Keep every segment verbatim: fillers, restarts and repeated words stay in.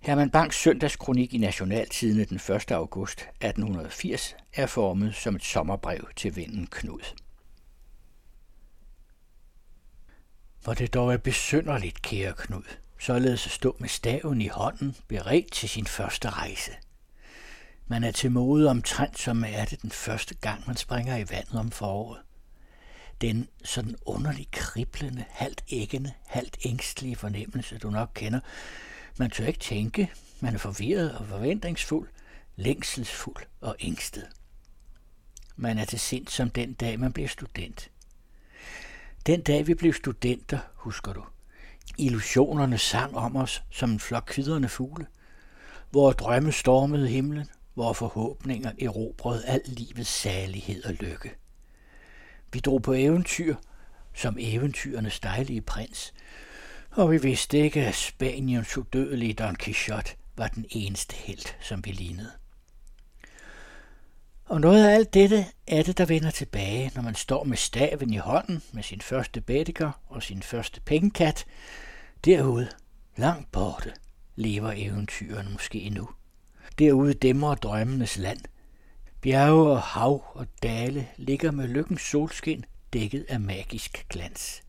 Herman Bangs søndagskronik i Nationaltidende den første august atten firs er formet som et sommerbrev til vennen Knud. Hvor det dog er besynderligt, kære Knud, således at stå med staven i hånden, beredt til sin første rejse. Man er til mode omtrent, som er det den første gang, man springer i vandet om foråret. Den sådan underlig kriblende, halvt æggende, halvt ængstlige fornemmelse, du nok kender. Man tør ikke tænke, man er forvirret og forventningsfuld, længselsfuld og ængstet. Man er til sind som den dag, man bliver student. Den dag, vi blev studenter, husker du. Illusionerne sang om os som en flok kvidrende fugle. Vore drømme stormede himlen, vore forhåbninger erobrede al livets salighed og lykke. Vi drog på eventyr, som eventyrenes dejlige prins, og vi vidste ikke, at Spaniens udødelige Don Quixote var den eneste helt, som vi lignede. Og noget af alt dette er det, der vender tilbage, når man står med staven i hånden, med sin første bædiker og sin første pengekat. Derude, langt borte, lever eventyrene måske endnu. Derude dæmmer drømmenes land. Bjerge og hav og dale ligger med lykkens solskin dækket af magisk glans.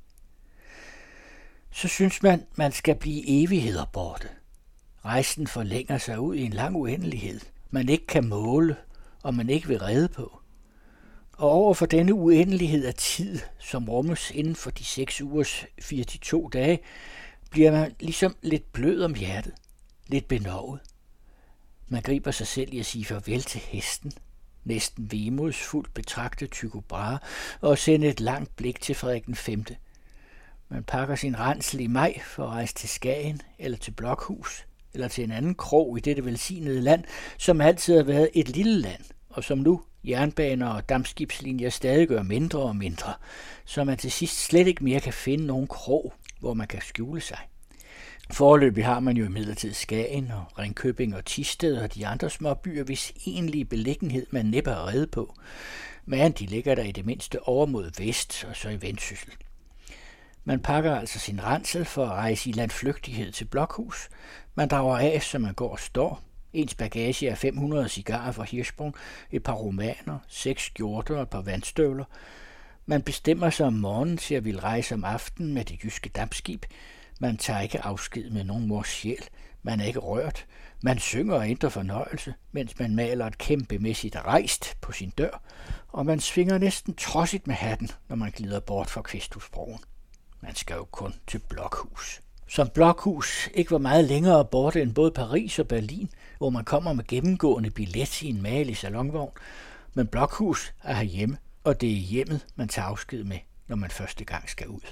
Så synes man, man skal blive evigheder borte. Rejsen forlænger sig ud i en lang uendelighed, man ikke kan måle, og man ikke vil rede på. Og over for denne uendelighed af tid, som rummes inden for de seks ugers fireogtyve dage, bliver man ligesom lidt blød om hjertet, lidt benovet. Man griber sig selv i at sige farvel til hesten, næsten vemodsfuldt betragte Tycho Brahe og sende et langt blik til Frederik den femte. Man pakker sin ransel i maj for at rejse til Skagen eller til Blokhus eller til en anden krog i dette velsignede land, som altid har været et lille land, og som nu jernbaner og dampskibslinjer stadig gør mindre og mindre, så man til sidst slet ikke mere kan finde nogen krog, hvor man kan skjule sig. Foreløbig har man jo imidlertid Skagen og Ringkøbing og Thisted og de andre små byer, hvis egentlige beliggenhed man næppe er rede på, men de ligger der i det mindste over mod vest og så i Vendsyssel. Man pakker altså sin ransel for at rejse i landflygtighed til Blokhus. Man drager af, som man går og står. Ens bagage er fem hundrede cigarer fra Hirschsprung, et par romaner, seks skjorter og et par vandstøvler. Man bestemmer sig om morgenen til at ville rejse om aftenen med det jyske dampskib. Man tager ikke afsked med nogen mors sjæl. Man er ikke rørt. Man synger og ændrer fornøjelse, mens man maler et kæmpemæssigt rejst på sin dør, og man svinger næsten trodsigt med hatten, når man glider bort fra Kvæsthusbroen. Man skal jo kun til Blokhus. Som Blokhus ikke var meget længere borte end både Paris og Berlin, hvor man kommer med gennemgående billet i en magelig salonvogn, men Blokhus er herhjemme, og det er hjemmet, man tager afsked med, når man første gang skal ud.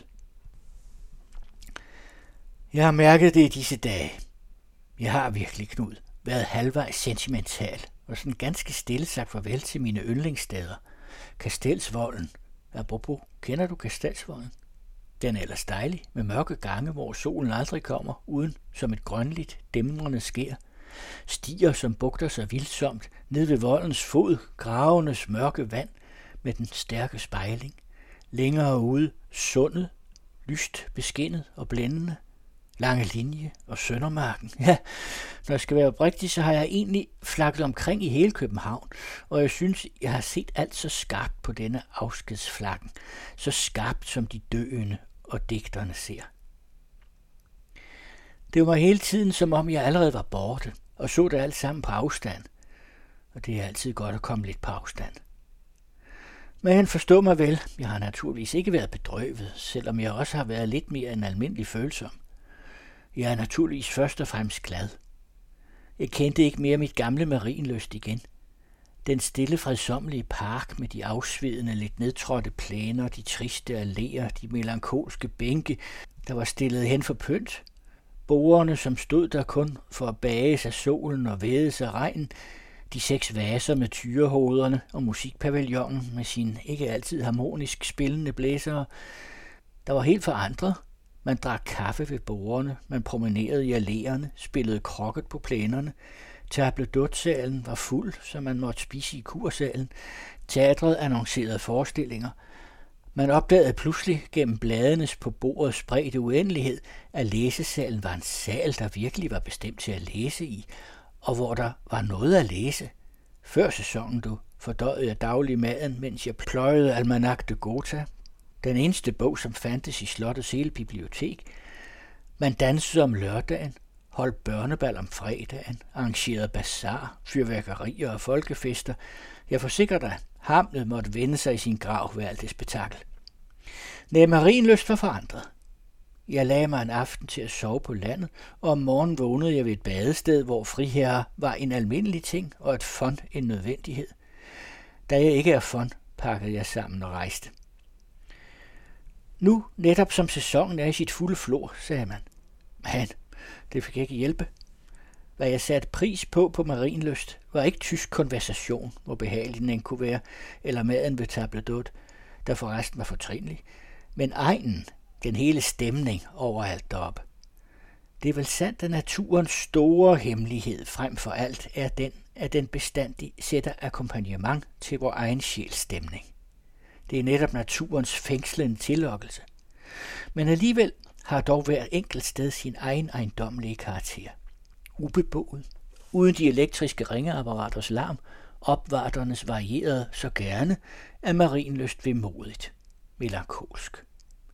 Jeg har mærket det i disse dage. Jeg har virkelig, Knud, været halvvejs sentimental og sådan ganske stille sagt farvel til mine yndlingssteder. Kastelsvolden. Apropos, kender du Kastelsvolden? Den er ellers dejlig, med mørke gange, hvor solen aldrig kommer, uden som et grønligt, dæmrende skær. Stier, som bugter sig vildsomt, ned ved voldens fod, gravenes mørke vand med den stærke spejling. Længere ude, sundet, lyst, beskinnet og blændende. Lange linje og Søndermarken. Ja, når jeg skal være oprigtig, så har jeg egentlig flakket omkring i hele København, og jeg synes, jeg har set alt så skarpt på denne afskedsflakken, så skarpt som de døende og digterne ser. Det var hele tiden, som om jeg allerede var borte, og så det alt sammen på afstand, og det er altid godt at komme lidt på afstand. Men forstå mig vel, jeg har naturligvis ikke været bedrøvet, selvom jeg også har været lidt mere end almindelig følsom. Jeg er naturligvis først og fremmest glad. Jeg kendte ikke mere mit gamle Marienlyst igen. Den stille, fredsommelige park med de afsvedende, lidt nedtrådte plæner, de triste alléer, de melankolske bænke, der var stillet hen for pynt. Bordene, som stod der kun for at bages af solen og vædes af regnen, de seks vaser med tyrehoderne og musikpavillonen med sine ikke altid harmonisk spillende blæsere, der var helt forandret. Man drak kaffe ved bordene, man promenerede i alléerne, spillede krokket på plænerne. Tableaudotsalen var fuld, så man måtte spise i kursalen. Teatret annoncerede forestillinger. Man opdagede pludselig gennem bladenes på bordet spredte uendelighed, at læsesalen var en sal, der virkelig var bestemt til at læse i, og hvor der var noget at læse. Før sæsonen, du, fordøjede jeg daglig maden, mens jeg pløjede Almanach de Gotha, den eneste bog, som fandtes i slottets hele bibliotek. Man dansede om lørdagen, holdt børnebal om fredagen, arrangerede bazar, fyrværkerier og folkefester. Jeg forsikrer dig, Hamlet måtte vende sig i sin grav ved alt det spektakel. Næh, Marienlyst var forandret. Jeg lagde mig en aften til at sove på landet, og om morgenen vågnede jeg ved et badested, hvor friherre var en almindelig ting og et fond en nødvendighed. Da jeg ikke er fond, pakkede jeg sammen og rejste. Nu, netop som sæsonen er i sit fulde flor, sagde man. Men det fik ikke hjælpe. Hvad jeg satte pris på på Marienlyst, var ikke tysk konversation, hvor behagelig den end kunne være, eller maden ved table d'hôte, der forresten var fortrinlig, men egnen, den hele stemning overalt deroppe. Det er vel sandt, at naturens store hemmelighed frem for alt er den, at den bestandig sætter akkompagnement til vor egen sjælsstemning. Det er netop naturens fængslende tillokkelse. Men alligevel har dog hver enkelt sted sin egen ejendommelige karakter. Ubeboet, uden de elektriske ringeapparaters larm, opvarternes varierede så gerne, at Marienlyst vemodigt, melankolsk.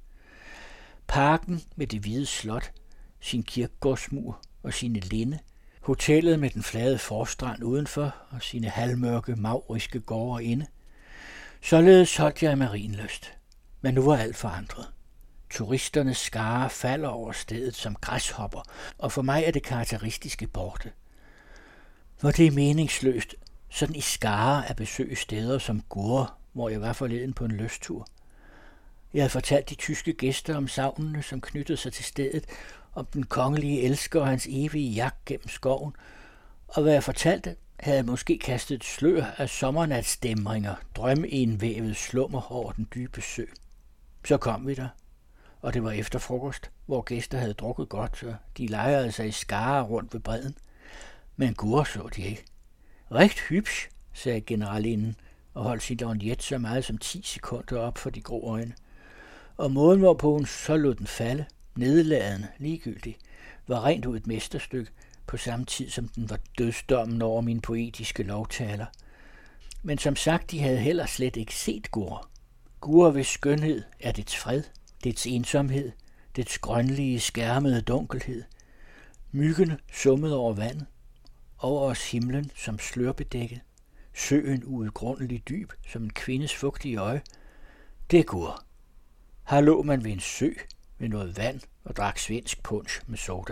Parken med det hvide slot, sin kirkegårdsmur og sine linde, hotellet med den flade forstrand udenfor og sine halvmørke, mauriske gårde inde. Således holdt jeg i Marienlyst, men nu var alt forandret. Turisternes skare falder over stedet som græshopper, og for mig er det karakteristiske borte. Hvor det er meningsløst, sådan i skare at besøge steder som Gurre, hvor jeg var forleden på en lysttur. Jeg havde fortalt de tyske gæster om savnene, som knyttede sig til stedet, om den kongelige elsker og hans evige jagt gennem skoven, og hvad jeg fortalte, havde jeg måske kastet et slør af sommernatsdæmringer, drømmeindvævet slummer over den dybe sø. Så kom vi der, og det var efter frokost, hvor gæster havde drukket godt, og de lejrede sig i skare rundt ved bredden. Men Gurre så de ikke. Rigt hübsch, sagde generalinden, og holdt sin lorgnet så meget som ti sekunder op for de grå øjne. Og måden, hvorpå hun så lod den falde, nedladende, ligegyldig, var rent ud et mesterstykke, på samme tid som den var dødsdommen over mine poetiske lovtaler. Men som sagt, de havde heller slet ikke set Gurre. Gurre hvis skønhed er dets fred, dets ensomhed, dets grønlige, skærmede dunkelhed. Myggene summede over vandet, over os himlen som slørbedækket, søen uudgrundelig dyb som en kvindes fugtige øje. Det er Gurre. Her lå man ved en sø med noget vand og drak svensk punch med soda.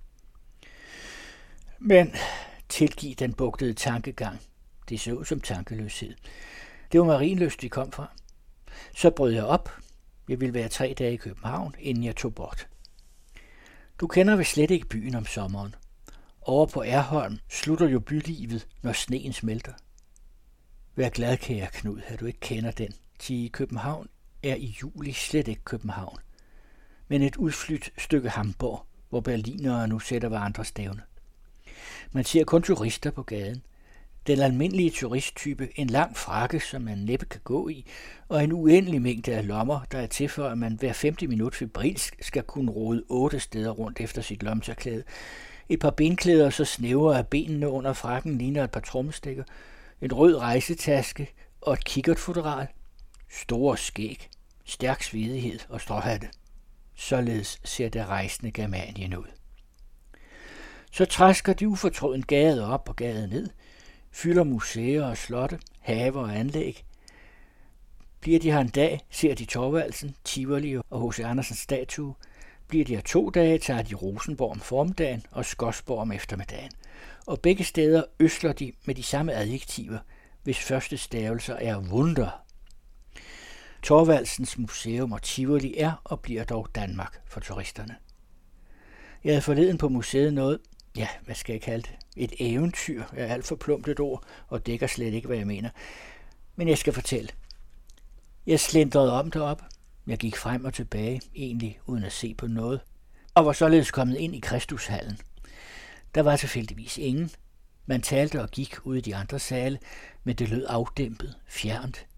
Men tilgiv den bugtede tankegang. Det så ud som tankeløshed. Det var Marienlyst, vi kom fra. Så brød jeg op. Jeg ville være tre dage i København, inden jeg tog bort. Du kender vel slet ikke byen om sommeren. Over på Erholm slutter jo bylivet, når sneen smelter. Vær glad, kære Knud, at du ikke kender den. Til København er i juli slet ikke København, men et udflydt stykke Hamburg, hvor berlinere nu sætter hverandre stævne. Man ser kun turister på gaden. Den almindelige turisttype, en lang frakke, som man næppe kan gå i, og en uendelig mængde af lommer, der er til for, at man hver femte minut febrilsk skal kunne rode otte steder rundt efter sit lomterklæde. Et par benklæder så snævre af benene under frakken ligner et par trommestikker, en rød rejsetaske og et kikkertfodral, store skæg, stærk svedighed og stråhatte. Således ser det rejsende Germanien ud. Så træsker de ufortrøden gade op og gade ned, fylder museer og slotte, haver og anlæg. Bliver de her en dag, ser de Thorvaldsen, Tivoli og H C Andersens statue. Bliver de her to dage, tager de Rosenborg om formiddagen og Skodsborg om eftermiddagen. Og begge steder øsler de med de samme adjektiver, hvis første stavelser er wunder. Thorvaldsens museum og Tivoli er og bliver dog Danmark for turisterne. Jeg havde forleden på museet noget, ja, hvad skal jeg kalde det? Et eventyr er alt for plumpt et ord, og dækker slet ikke, hvad jeg mener. Men jeg skal fortælle. Jeg slendrede om derop. Jeg gik frem og tilbage, egentlig uden at se på noget, og var således kommet ind i Kristushallen. Der var tilfældigvis ingen. Man talte og gik ud i de andre sale, men det lød afdæmpet, fjernt.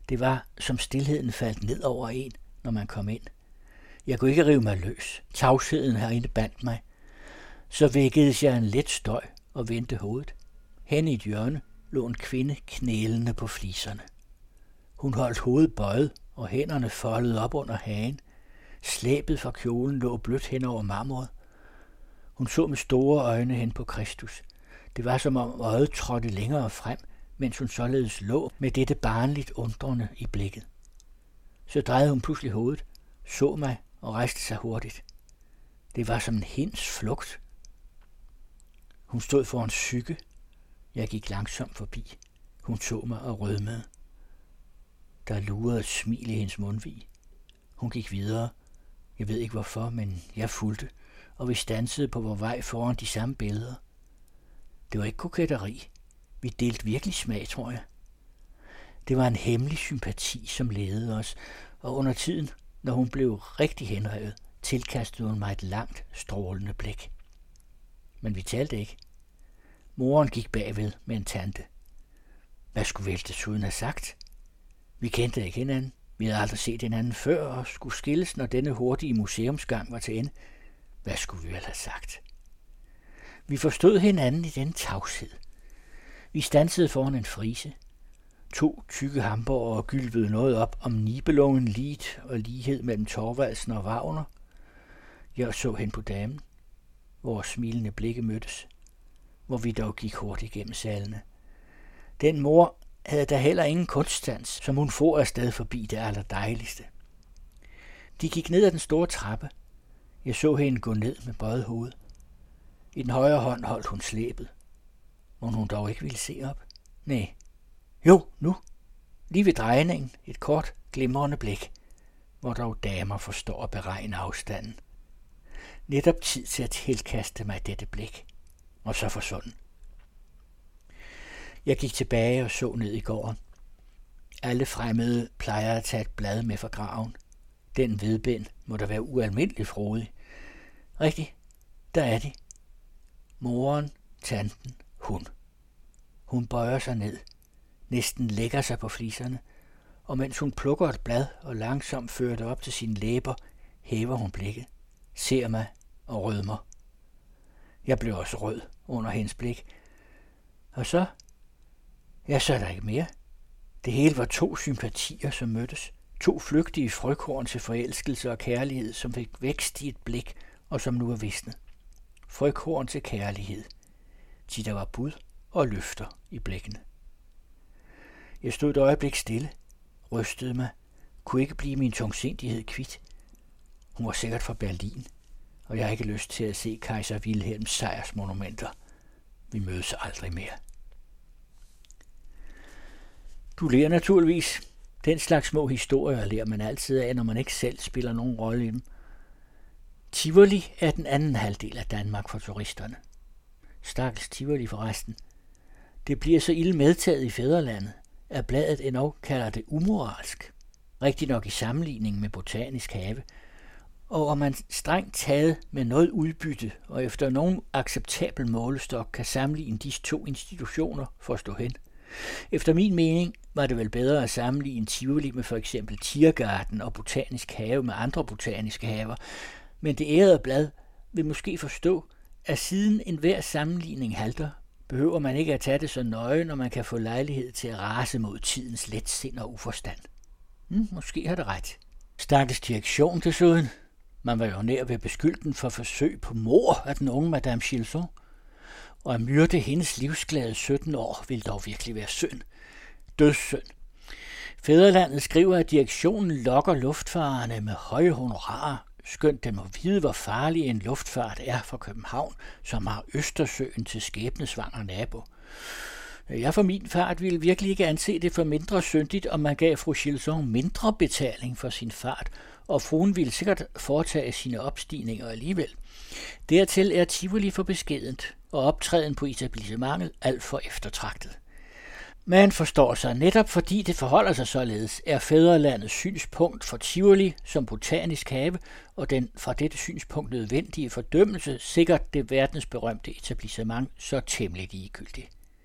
Det var, som stilheden faldt ned over en, når man kom ind. Jeg kunne ikke rive mig løs. Tavsheden herinde bandt mig. Så vækkedes jeg en let støj og vendte hovedet. Hen i et hjørne lå en kvinde knælende på fliserne. Hun holdt hovedet bøjet og hænderne foldet op under hagen. Slæbet fra kjolen lå blødt hen over marmoret. Hun så med store øjne hen på Kristus. Det var som om øjet trådte længere frem, mens hun således lå med dette barnligt undrende i blikket. Så drejede hun pludselig hovedet, så mig og rejste sig hurtigt. Det var som en hinds flugt. Hun stod foran Psyke. Jeg gik langsomt forbi. Hun så mig og rødmede. Der lurede et smil i hendes mundvig. Hun gik videre. Jeg ved ikke hvorfor, men jeg fulgte, og vi stansede på vor vej foran de samme billeder. Det var ikke koketteri. Vi delte virkelig smag, tror jeg. Det var en hemmelig sympati, som ledede os, og under tiden, når hun blev rigtig henrevet, tilkastede hun mig et langt, strålende blik. Men vi talte ikke. Moren gik bagved med en tante. Hvad skulle vel desuden have sagt? Vi kendte ikke hinanden. Vi havde aldrig set hinanden før og skulle skilles, når denne hurtige museumsgang var til ende. Hvad skulle vi vel have sagt? Vi forstod hinanden i den tavshed. Vi stansede foran en frise. To tykke hamburger gylvede noget op om Nibelungen liget og lighed mellem Thorvaldsen og Wagner. Jeg så hen på damen. Vores smilende blikke mødtes, hvor vi dog gik hurtigt gennem salene. Den mor havde da heller ingen kunststans, som hun for afsted forbi det allerdejligste. De gik ned ad den store trappe. Jeg så hende gå ned med bøjet hoved. I den højre hånd holdt hun slæbet. Må hun dog ikke ville se op? Nej. Jo, nu. Lige ved drejningen et kort, glimrende blik, hvor dog damer forstår at beregne afstanden. Netop tid til at tilkaste mig dette blik, og så forsvunden. Jeg gik tilbage og så ned i gården. Alle fremmede plejer at tage et blad med fra graven. Den vedbind må der være ualmindelig frodig. Rigtig, der er de. Moren, tanten, hun. Hun bøjer sig ned, næsten lægger sig på fliserne, og mens hun plukker et blad og langsomt fører det op til sine læber, hæver hun blikket, ser mig og rødmer. Jeg blev også rød under hendes blik. Og så? Ja, så er der ikke mere. Det hele var to sympatier, som mødtes. To flygtige frøkorn til forelskelse og kærlighed, som fik vækst i et blik, og som nu er visnet. Frøkorn til kærlighed. Til der var bud og løfter i blikkene. Jeg stod et øjeblik stille, rystede mig, kunne ikke blive min tungsindighed kvit. Hun var sikkert fra Berlin, og jeg har ikke lyst til at se kejser Wilhelms sejrsmonumenter. Vi mødes aldrig mere. Du lærer naturligvis. Den slags små historier lærer man altid af, når man ikke selv spiller nogen rolle i dem. Tivoli er den anden halvdel af Danmark for turisterne. Stakkels Tivoli forresten. Det bliver så ilde medtaget i fædrelandet, at bladet endnu kalder det umoralsk. Rigtig nok i sammenligning med Botanisk Have. Og om man strengt taget med noget udbytte og efter nogen acceptabel målestok kan sammenligne disse to institutioner for at stå hen. Efter min mening var det vel bedre at sammenligne Tivoli med for eksempel Tiergarten og Botanisk Have med andre botaniske haver, men det ærede blad vil måske forstå, at siden enhver sammenligning halter, behøver man ikke at tage det så nøje, når man kan få lejlighed til at rase mod tidens letsind og uforstand. Hmm, måske har det ret. Stakkels direktion desuden. Man var jo nær ved beskylden for forsøg på mord af den unge Madame Gilson. Og at myrde hendes livsglade sytten år ville dog virkelig være synd. Dødssynd. Fædrelandet skriver, at direktionen lokker luftfarerne med høje honorarer, skønt dem at vide, hvor farlig en luftfart er for København, som har Østersøen til skæbnesvanger nabo. Jeg for min fart ville virkelig ikke anse det for mindre syndigt, om man gav fru Gilson mindre betaling for sin fart, og fruen ville sikkert foretage sine opstigninger alligevel. Dertil er Tivoli for beskedent, og optræden på etablissementet alt for eftertragtet. Man forstår sig netop, fordi det forholder sig således, er fædrelandets synspunkt for Tivoli som Botanisk Have, og den fra dette synspunkt nødvendige fordømmelse sikkert det verdensberømte etablissement så temmelig ligegyldigt.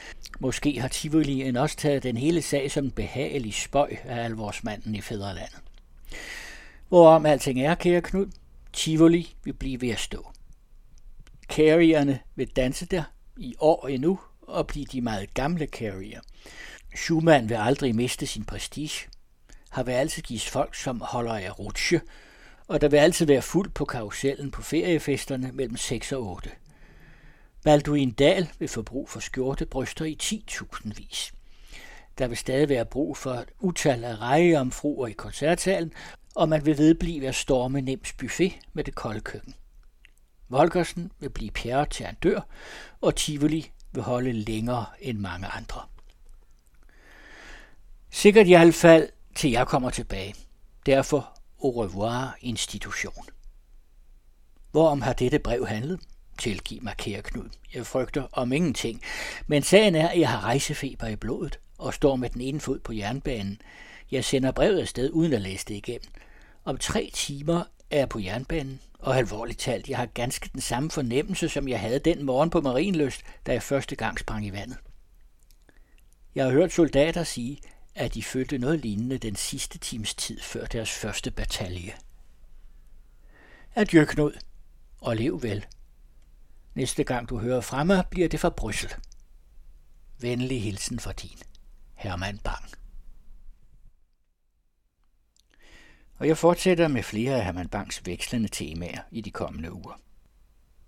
Måske har Tivolien også taget den hele sag som en behagelig spøj af alvorsmanden i fædrelandet. Hvorom alting er, kære Knud, Tivoli vil blive ved at stå. Carrierne vil danse der i år endnu og blive de meget gamle carrier. Schumann vil aldrig miste sin prestige. Har vil altid gives folk, som holder af rutsche, og der vil altid være fuld på karusellen på feriefesterne mellem seks og otte. Balduin Dahl vil få brug for skjortebryster i ti tusind vis. Der vil stadig være brug for et utal af rejejomfruer i koncertsalen, og man vil vedblive at storme Nems buffet med det kolde køkken. Volkersen vil blive pjære til han dør, og Tivoli vil holde længere end mange andre. Sikkert i hvert fald til jeg kommer tilbage. Derfor au revoir institution. Hvorom har dette brev handlet? Tilgiv mig, kære Knud. Jeg frygter om ingenting. Men sagen er, at jeg har rejsefeber i blodet og står med den ene fod på jernbanen. Jeg sender brevet afsted uden at læse det igennem. Om tre timer er jeg på jernbanen, og alvorligt talt, jeg har ganske den samme fornemmelse, som jeg havde den morgen på Marienlyst, da jeg første gang sprang i vandet. Jeg har hørt soldater sige, at de følte noget lignende den sidste times tid før deres første batalje. Adieu, Knud, og lev vel. Næste gang du hører fra mig, bliver det fra Bryssel. Venlig hilsen fra din Herman Bang. Og jeg fortsætter med flere af Herman Bangs vekslende temaer i de kommende uger.